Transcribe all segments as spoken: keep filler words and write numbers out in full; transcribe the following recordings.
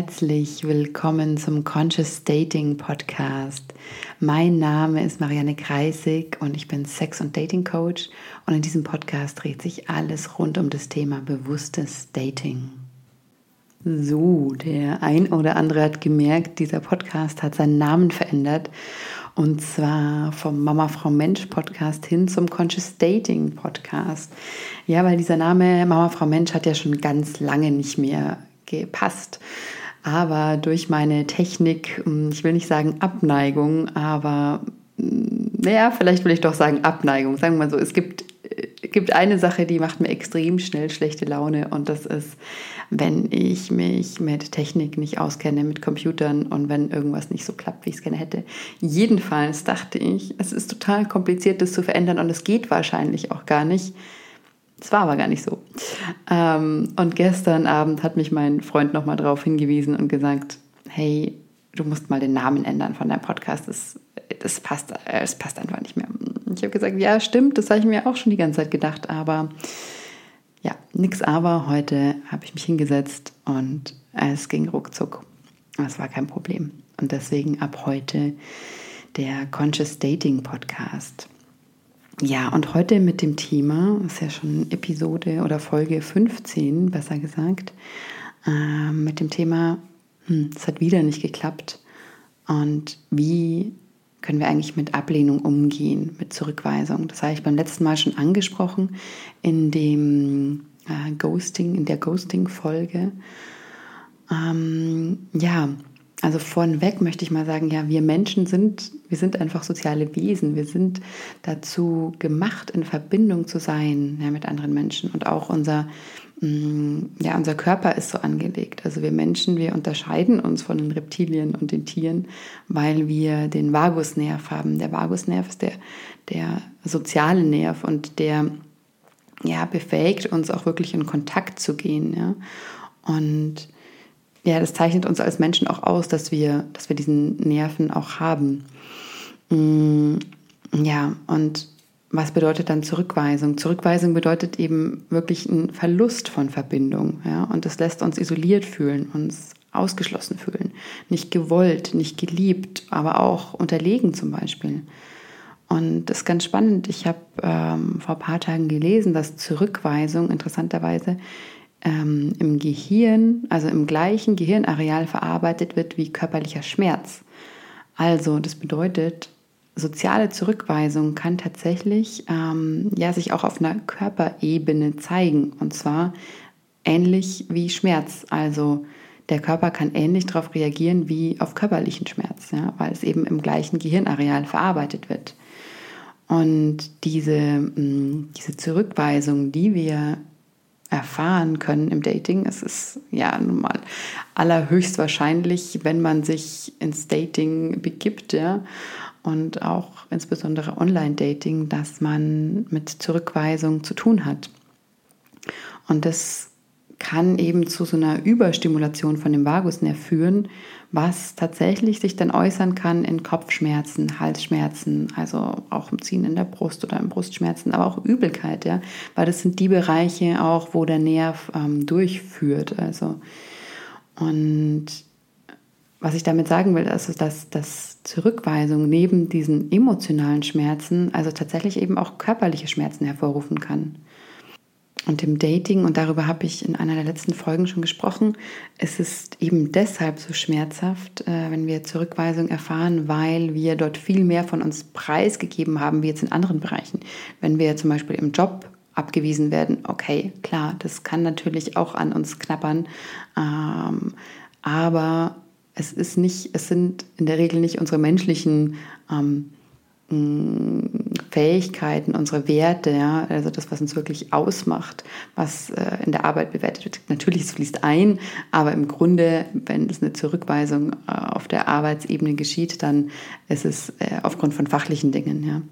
herzlich willkommen zum Conscious Dating Podcast. Mein Name ist Marianne Kreisig und ich bin Sex- und Dating Coach und in diesem Podcast dreht sich alles rund um das Thema bewusstes Dating. So, der ein oder andere hat gemerkt, dieser Podcast hat seinen Namen verändert und zwar vom Mama Frau Mensch Podcast hin zum Conscious Dating Podcast. Ja, weil dieser Name Mama Frau Mensch hat ja schon ganz lange nicht mehr gepasst. Aber durch meine Technik, ich will nicht sagen Abneigung, aber naja, vielleicht will ich doch sagen Abneigung. Sagen wir mal so, es gibt, gibt eine Sache, die macht mir extrem schnell schlechte Laune und das ist, wenn ich mich mit Technik nicht auskenne, mit Computern und wenn irgendwas nicht so klappt, wie ich es gerne hätte. Jedenfalls dachte ich, es ist total kompliziert, das zu verändern und es geht wahrscheinlich auch gar nicht. Es war aber gar nicht so. Ähm, und gestern Abend hat mich mein Freund nochmal darauf hingewiesen und gesagt, hey, du musst mal den Namen ändern von deinem Podcast. Das, das passt, es passt einfach nicht mehr. Ich habe gesagt, ja, stimmt, das habe ich mir auch schon die ganze Zeit gedacht. Aber ja, nix aber. Heute habe ich mich hingesetzt und es ging ruckzuck. Es war kein Problem. Und deswegen ab heute der Conscious Dating Podcast. Ja, und heute mit dem Thema, das ist ja schon Episode oder Folge fünfzehn, besser gesagt, äh, mit dem Thema, hm, es hat wieder nicht geklappt und wie können wir eigentlich mit Ablehnung umgehen, mit Zurückweisung. Das habe ich beim letzten Mal schon angesprochen in dem äh, Ghosting, in der Ghosting-Folge. Ähm, ja, Also vorneweg möchte ich mal sagen, ja, wir Menschen sind, wir sind einfach soziale Wesen. Wir sind dazu gemacht, in Verbindung zu sein, ja, mit anderen Menschen. Und auch unser, mh, ja, unser Körper ist so angelegt. Also wir Menschen, wir unterscheiden uns von den Reptilien und den Tieren, weil wir den Vagusnerv haben. Der Vagusnerv ist der, der soziale Nerv und der ja, befähigt uns auch wirklich in Kontakt zu gehen. Ja. Und ja, das zeichnet uns als Menschen auch aus, dass wir, dass wir diesen Nerven auch haben. Ja, und was bedeutet dann Zurückweisung? Zurückweisung bedeutet eben wirklich ein Verlust von Verbindung. Ja? Und das lässt uns isoliert fühlen, uns ausgeschlossen fühlen. Nicht gewollt, nicht geliebt, aber auch unterlegen zum Beispiel. Und das ist ganz spannend. Ich habe ähm, vor ein paar Tagen gelesen, dass Zurückweisung interessanterweise Ähm, im Gehirn, also im gleichen Gehirnareal verarbeitet wird wie körperlicher Schmerz. Also das bedeutet, soziale Zurückweisung kann tatsächlich ähm, ja, sich auch auf einer Körperebene zeigen und zwar ähnlich wie Schmerz. Also der Körper kann ähnlich darauf reagieren wie auf körperlichen Schmerz, ja, weil es eben im gleichen Gehirnareal verarbeitet wird. Und diese, mh, diese Zurückweisung, die wir erfahren können im Dating. Es ist ja nun mal allerhöchstwahrscheinlich, wenn man sich ins Dating begibt, ja, und auch insbesondere Online-Dating, dass man mit Zurückweisung zu tun hat. Und das kann eben zu so einer Überstimulation von dem Vagusnerv führen, was tatsächlich sich dann äußern kann in Kopfschmerzen, Halsschmerzen, also auch im Ziehen in der Brust oder in Brustschmerzen, aber auch Übelkeit, ja, weil das sind die Bereiche auch, wo der Nerv ähm, durchführt. Also und was ich damit sagen will, ist, dass, dass Zurückweisung neben diesen emotionalen Schmerzen also tatsächlich eben auch körperliche Schmerzen hervorrufen kann. Und im Dating, und darüber habe ich in einer der letzten Folgen schon gesprochen, es ist eben deshalb so schmerzhaft, äh, wenn wir Zurückweisung erfahren, weil wir dort viel mehr von uns preisgegeben haben, wie jetzt in anderen Bereichen. Wenn wir zum Beispiel im Job abgewiesen werden, okay, klar, das kann natürlich auch an uns knabbern, ähm, aber es ist nicht, es sind in der Regel nicht unsere menschlichen ähm, Fähigkeiten, unsere Werte, ja, also das, was uns wirklich ausmacht, was äh, in der Arbeit bewertet wird. Natürlich, es fließt ein, aber im Grunde, wenn es eine Zurückweisung äh, auf der Arbeitsebene geschieht, dann ist es äh, aufgrund von fachlichen Dingen, ja.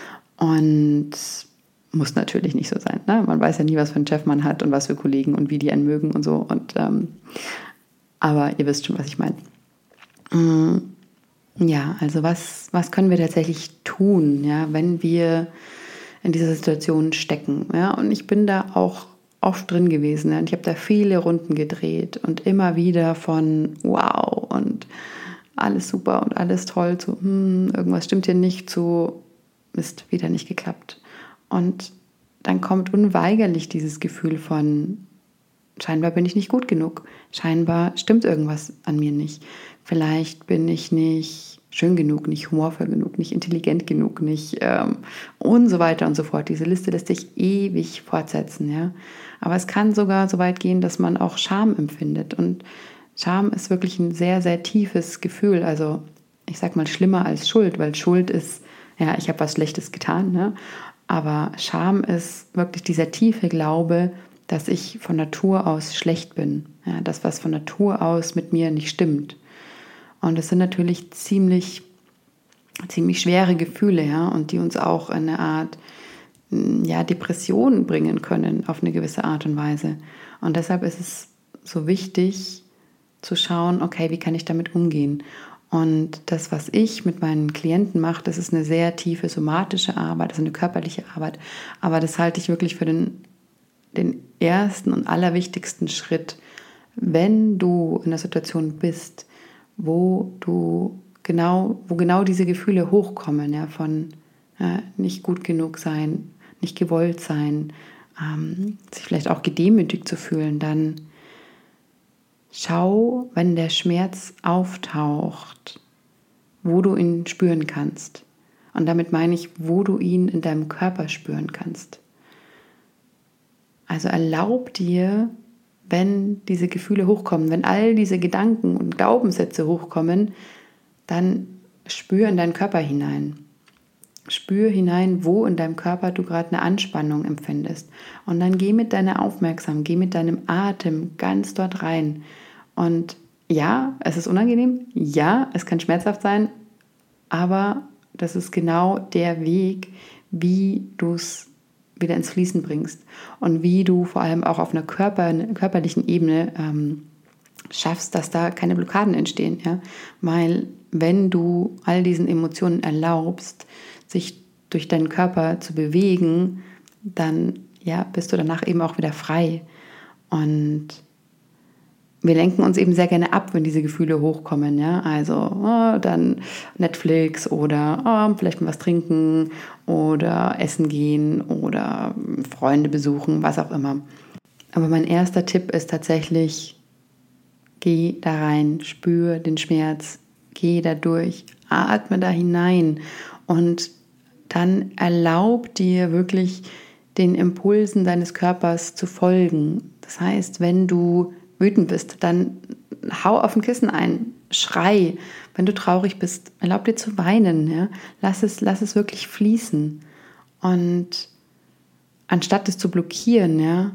Und muss natürlich nicht so sein, ne? Man weiß ja nie, was für einen Chef man hat und was für Kollegen und wie die einen mögen und so. Und ähm, aber ihr wisst schon, was ich meine. Mm. Ja, also was, was können wir tatsächlich tun, ja, wenn wir in dieser Situation stecken? Ja? Und ich bin da auch oft drin gewesen. Und ich habe da viele Runden gedreht und immer wieder von wow und alles super und alles toll zu hm, irgendwas stimmt hier nicht, zu Mist, wieder nicht geklappt. Und dann kommt unweigerlich dieses Gefühl von scheinbar bin ich nicht gut genug, scheinbar stimmt irgendwas an mir nicht. Vielleicht bin ich nicht schön genug, nicht humorvoll genug, nicht intelligent genug, nicht ähm, und so weiter und so fort. Diese Liste lässt sich ewig fortsetzen, ja. Aber es kann sogar so weit gehen, dass man auch Scham empfindet. Und Scham ist wirklich ein sehr, sehr tiefes Gefühl. Also ich sag mal schlimmer als Schuld, weil Schuld ist, ja, ich habe was Schlechtes getan, ne? Aber Scham ist wirklich dieser tiefe Glaube, dass ich von Natur aus schlecht bin. Ja, das, was von Natur aus mit mir nicht stimmt. Und es sind natürlich ziemlich, ziemlich schwere Gefühle, ja, und die uns auch in eine Art ja, Depression bringen können, auf eine gewisse Art und Weise. Und deshalb ist es so wichtig zu schauen, okay, wie kann ich damit umgehen? Und das, was ich mit meinen Klienten mache, das ist eine sehr tiefe somatische Arbeit, das ist eine körperliche Arbeit. Aber das halte ich wirklich für den, den ersten und allerwichtigsten Schritt, wenn du in einer Situation bist, wo du genau, wo genau diese Gefühle hochkommen, ja, von ja, nicht gut genug sein, nicht gewollt sein, ähm, sich vielleicht auch gedemütigt zu fühlen, dann schau, wenn der Schmerz auftaucht, wo du ihn spüren kannst. Und damit meine ich, wo du ihn in deinem Körper spüren kannst. Also erlaub dir, wenn diese Gefühle hochkommen, wenn all diese Gedanken und Glaubenssätze hochkommen, dann spür in deinen Körper hinein. Spür hinein, wo in deinem Körper du gerade eine Anspannung empfindest. Und dann geh mit deiner Aufmerksamkeit, geh mit deinem Atem ganz dort rein. Und ja, es ist unangenehm, ja, es kann schmerzhaft sein, aber das ist genau der Weg, wie du es wieder ins Fließen bringst und wie du vor allem auch auf einer Körper, körperlichen Ebene ähm, schaffst, dass da keine Blockaden entstehen. Ja? Weil wenn du all diesen Emotionen erlaubst, sich durch deinen Körper zu bewegen, dann ja, bist du danach eben auch wieder frei. Und wir lenken uns eben sehr gerne ab, wenn diese Gefühle hochkommen. Ja? Also oh, dann Netflix oder oh, vielleicht mal was trinken oder essen gehen oder Freunde besuchen, was auch immer. Aber mein erster Tipp ist tatsächlich, geh da rein, spür den Schmerz, geh da durch, atme da hinein und dann erlaub dir wirklich den Impulsen deines Körpers zu folgen. Das heißt, wenn du wütend bist, dann hau auf ein Kissen ein, schrei. Wenn du traurig bist, erlaub dir zu weinen. Ja? Lass es, lass es wirklich fließen. Und anstatt es zu blockieren, ja,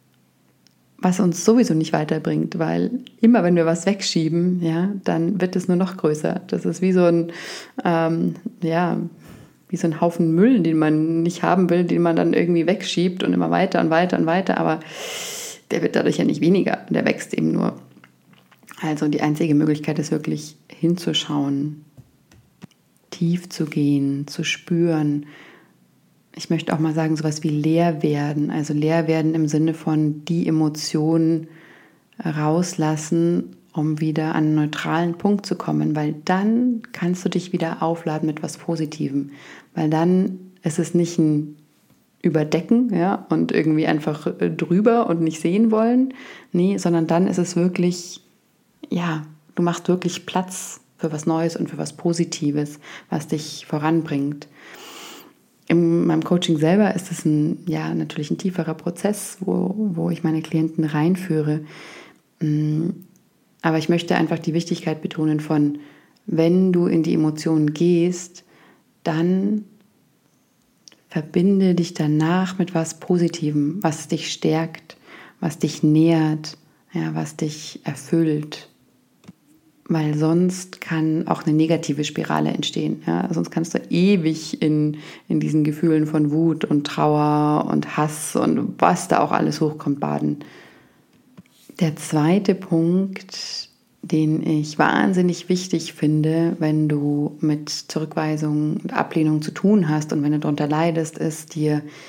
was uns sowieso nicht weiterbringt, weil immer wenn wir was wegschieben, ja, dann wird es nur noch größer. Das ist wie so ein, ähm, ja, wie so ein Haufen Müll, den man nicht haben will, den man dann irgendwie wegschiebt und immer weiter und weiter und weiter, aber der wird dadurch ja nicht weniger, der wächst eben nur. Also die einzige Möglichkeit ist wirklich hinzuschauen, tief zu gehen, zu spüren. Ich möchte auch mal sagen, sowas wie leer werden, also leer werden im Sinne von die Emotionen rauslassen, um wieder an einen neutralen Punkt zu kommen, weil dann kannst du dich wieder aufladen mit was Positivem, weil dann ist es nicht ein Überdecken, ja, und irgendwie einfach drüber und nicht sehen wollen, nee, sondern dann ist es wirklich, ja, du machst wirklich Platz für was Neues und für was Positives, was dich voranbringt. In meinem Coaching selber ist es ein, ja, natürlich ein tieferer Prozess, wo, wo ich meine Klienten reinführe. Aber ich möchte einfach die Wichtigkeit betonen von, wenn du in die Emotionen gehst, dann verbinde dich danach mit was Positivem, was dich stärkt, was dich nährt, ja, was dich erfüllt. Weil sonst kann auch eine negative Spirale entstehen. Ja? Sonst kannst du ewig in, in diesen Gefühlen von Wut und Trauer und Hass und was da auch alles hochkommt baden. Der zweite Punkt, den ich wahnsinnig wichtig finde, wenn du mit Zurückweisung und Ablehnung zu tun hast und wenn du darunter leidest, ist dir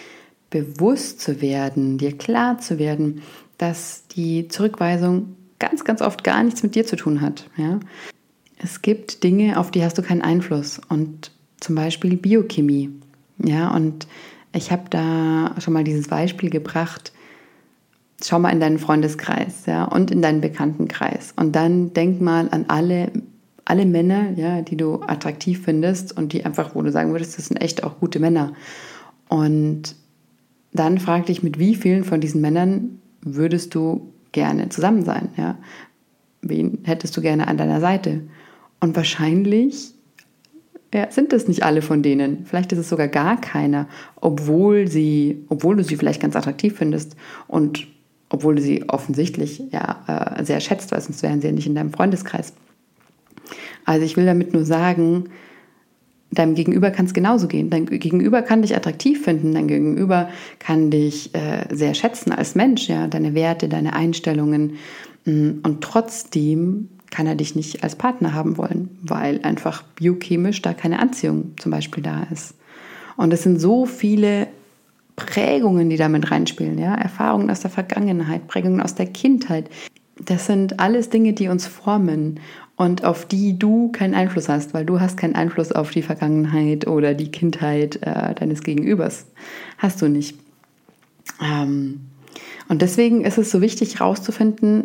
bewusst zu werden, dir klar zu werden, dass die Zurückweisung ganz, ganz oft gar nichts mit dir zu tun hat. Ja? Es gibt Dinge, auf die hast du keinen Einfluss, und zum Beispiel Biochemie. Ja, und ich habe da schon mal dieses Beispiel gebracht. Schau mal in deinen Freundeskreis, ja, und in deinen Bekanntenkreis, und dann denk mal an alle, alle Männer, ja, die du attraktiv findest und die einfach, wo du sagen würdest, das sind echt auch gute Männer. Und dann frag dich, mit wie vielen von diesen Männern würdest du gerne zusammen sein? Ja? Wen hättest du gerne an deiner Seite? Und wahrscheinlich ja, sind es nicht alle von denen. Vielleicht ist es sogar gar keiner, obwohl sie, obwohl du sie vielleicht ganz attraktiv findest und obwohl du sie offensichtlich ja, äh, sehr schätzt, weil sonst wären sie ja nicht in deinem Freundeskreis. Also ich will damit nur sagen, deinem Gegenüber kann es genauso gehen. Dein Gegenüber kann dich attraktiv finden, dein Gegenüber kann dich äh, sehr schätzen als Mensch, ja, deine Werte, deine Einstellungen, und trotzdem kann er dich nicht als Partner haben wollen, weil einfach biochemisch da keine Anziehung zum Beispiel da ist. Und es sind so viele Prägungen, die damit reinspielen, ja, Erfahrungen aus der Vergangenheit, Prägungen aus der Kindheit. Das sind alles Dinge, die uns formen und auf die du keinen Einfluss hast, weil du hast keinen Einfluss auf die Vergangenheit oder die Kindheit äh, deines Gegenübers. Hast du nicht. Ähm, und deswegen ist es so wichtig, herauszufinden,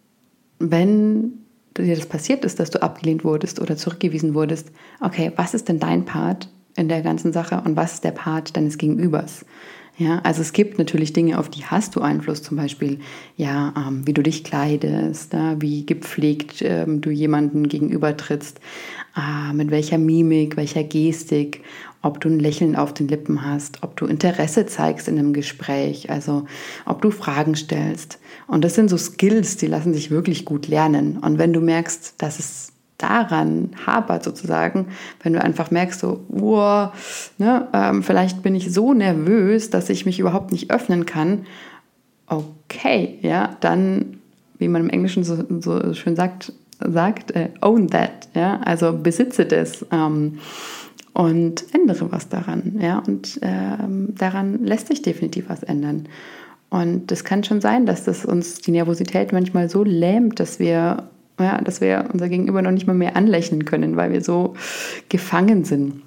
wenn dir das passiert ist, dass du abgelehnt wurdest oder zurückgewiesen wurdest, okay, was ist denn dein Part in der ganzen Sache und was ist der Part deines Gegenübers? Ja, also es gibt natürlich Dinge, auf die hast du Einfluss, zum Beispiel, ja, ähm, wie du dich kleidest, ja, wie gepflegt ähm, du jemanden gegenüber trittst, äh, mit welcher Mimik, welcher Gestik, ob du ein Lächeln auf den Lippen hast, ob du Interesse zeigst in einem Gespräch, also ob du Fragen stellst. Und das sind so Skills, die lassen sich wirklich gut lernen. Und wenn du merkst, dass es daran hapert sozusagen, wenn du einfach merkst, so, wow, ne, ähm, vielleicht bin ich so nervös, dass ich mich überhaupt nicht öffnen kann, okay, ja, dann, wie man im Englischen so, so schön sagt, sagt, äh, own that, ja, also besitze das ähm, und ändere was daran, ja, und ähm, daran lässt sich definitiv was ändern. Und es kann schon sein, dass das uns die Nervosität manchmal so lähmt, dass wir Ja, dass wir unser Gegenüber noch nicht mal mehr anlächeln können, weil wir so gefangen sind.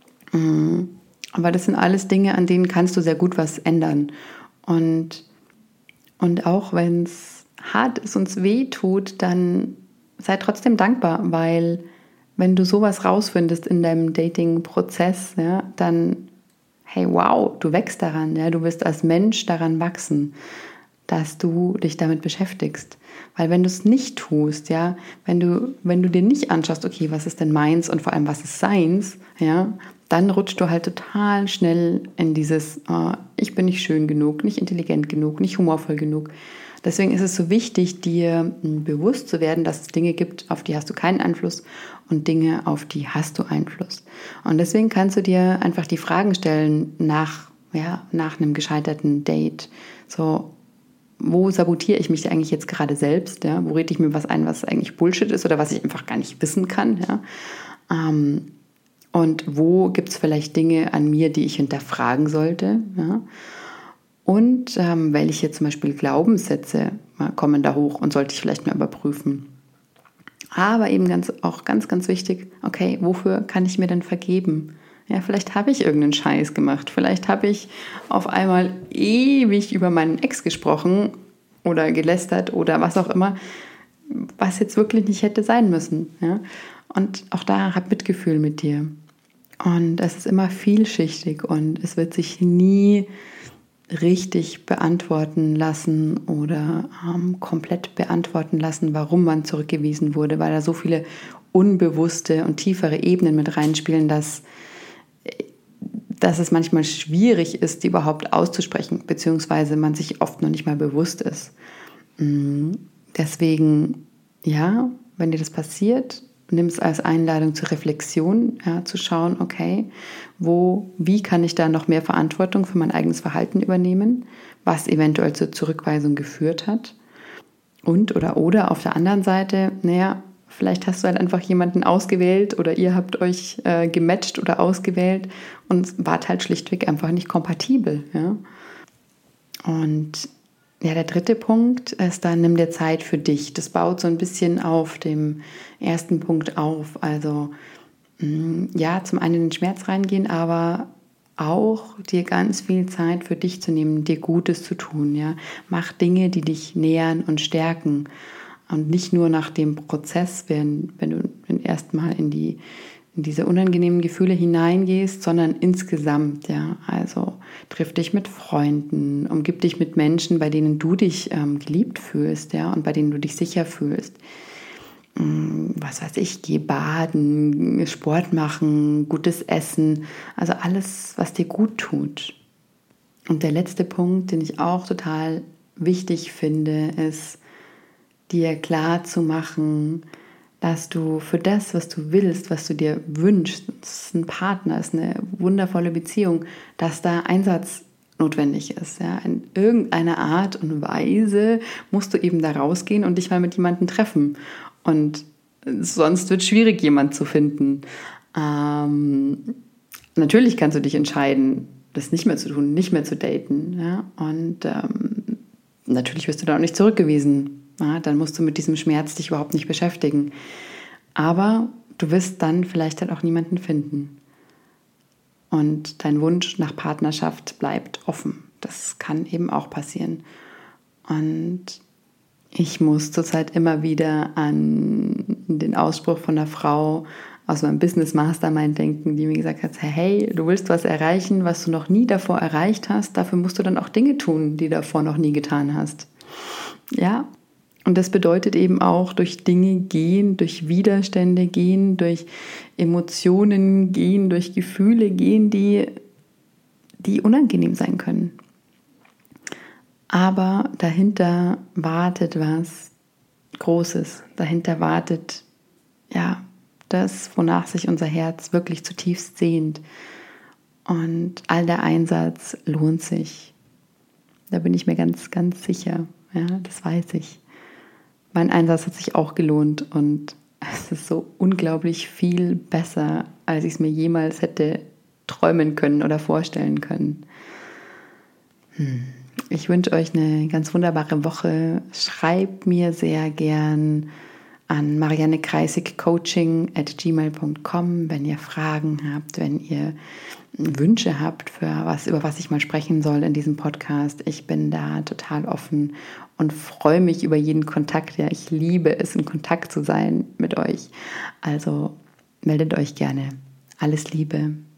Aber das sind alles Dinge, an denen kannst du sehr gut was ändern. Und, und auch wenn es hart ist und es weh tut, dann sei trotzdem dankbar, weil wenn du sowas rausfindest in deinem Dating-Prozess, ja, dann, hey, wow, du wächst daran, ja, du wirst als Mensch daran wachsen, dass du dich damit beschäftigst. Weil wenn du es nicht tust, ja, wenn du, wenn du dir nicht anschaust, okay, was ist denn meins und vor allem, was ist seins, ja, dann rutscht du halt total schnell in dieses, oh, ich bin nicht schön genug, nicht intelligent genug, nicht humorvoll genug. Deswegen ist es so wichtig, dir bewusst zu werden, dass es Dinge gibt, auf die hast du keinen Einfluss und Dinge, auf die hast du Einfluss. Und deswegen kannst du dir einfach die Fragen stellen nach, ja, nach einem gescheiterten Date. So, wo sabotiere ich mich eigentlich jetzt gerade selbst? Ja? Wo rede ich mir was ein, was eigentlich Bullshit ist oder was ich einfach gar nicht wissen kann? Ja? Ähm, und wo gibt es vielleicht Dinge an mir, die ich hinterfragen sollte? Ja? Und ähm, welche zum Beispiel Glaubenssätze ja, kommen da hoch und sollte ich vielleicht mal überprüfen? Aber eben ganz, auch ganz, ganz wichtig, okay, wofür kann ich mir denn vergeben? Ja, vielleicht habe ich irgendeinen Scheiß gemacht. Vielleicht habe ich auf einmal ewig über meinen Ex gesprochen oder gelästert oder was auch immer, was jetzt wirklich nicht hätte sein müssen. Ja? Und auch da hab Mitgefühl mit dir. Und es ist immer vielschichtig und es wird sich nie richtig beantworten lassen oder ähm, komplett beantworten lassen, warum man zurückgewiesen wurde, weil da so viele unbewusste und tiefere Ebenen mit reinspielen, dass dass es manchmal schwierig ist, die überhaupt auszusprechen, beziehungsweise man sich oft noch nicht mal bewusst ist. Deswegen, ja, wenn dir das passiert, nimm es als Einladung zur Reflexion, ja, zu schauen, okay, wo, wie kann ich da noch mehr Verantwortung für mein eigenes Verhalten übernehmen, was eventuell zur Zurückweisung geführt hat. Und oder oder auf der anderen Seite, naja, vielleicht hast du halt einfach jemanden ausgewählt oder ihr habt euch äh, gematcht oder ausgewählt und wart halt schlichtweg einfach nicht kompatibel. Ja? Und ja, der dritte Punkt ist dann, nimm dir Zeit für dich. Das baut so ein bisschen auf dem ersten Punkt auf. Also ja, zum einen in den Schmerz reingehen, aber auch dir ganz viel Zeit für dich zu nehmen, dir Gutes zu tun. Ja? Mach Dinge, die dich nähern und stärken. Und nicht nur nach dem Prozess, wenn, wenn du erstmal in die in diese unangenehmen Gefühle hineingehst, sondern insgesamt, ja, also triff dich mit Freunden, umgib dich mit Menschen, bei denen du dich ähm, geliebt fühlst, ja, und bei denen du dich sicher fühlst. Ähm, was weiß ich, geh baden, Sport machen, gutes Essen, also alles, was dir gut tut. Und der letzte Punkt, den ich auch total wichtig finde, ist, dir klar zu machen, dass du für das, was du willst, was du dir wünschst, das ist ein Partner, ist eine wundervolle Beziehung, dass da Einsatz notwendig ist. Ja. In irgendeiner Art und Weise musst du eben da rausgehen und dich mal mit jemandem treffen. Und sonst wird es schwierig, jemanden zu finden. Ähm, natürlich kannst du dich entscheiden, das nicht mehr zu tun, nicht mehr zu daten. Ja. Und ähm, natürlich wirst du da auch nicht zurückgewiesen. Ja, dann musst du mit diesem Schmerz dich überhaupt nicht beschäftigen. Aber du wirst dann vielleicht halt auch niemanden finden. Und dein Wunsch nach Partnerschaft bleibt offen. Das kann eben auch passieren. Und ich muss zurzeit immer wieder an den Ausspruch von einer Frau aus meinem Business Mastermind denken, die mir gesagt hat, hey, du willst was erreichen, was du noch nie davor erreicht hast, dafür musst du dann auch Dinge tun, die du davor noch nie getan hast. Ja, und das bedeutet eben auch durch Dinge gehen, durch Widerstände gehen, durch Emotionen gehen, durch Gefühle gehen, die, die unangenehm sein können. Aber dahinter wartet was Großes. Dahinter wartet, ja, das, wonach sich unser Herz wirklich zutiefst sehnt. Und all der Einsatz lohnt sich. Da bin ich mir ganz, ganz sicher. Ja, das weiß ich. Mein Einsatz hat sich auch gelohnt und es ist so unglaublich viel besser, als ich es mir jemals hätte träumen können oder vorstellen können. Hm. Ich wünsche euch eine ganz wunderbare Woche. Schreibt mir sehr gern an marianne kreisig coaching at gmail punkt com, wenn ihr Fragen habt, wenn ihr Wünsche habt, für was, über was ich mal sprechen soll in diesem Podcast. Ich bin da total offen und freue mich über jeden Kontakt. Ja, ich liebe es, in Kontakt zu sein mit euch. Also meldet euch gerne. Alles Liebe.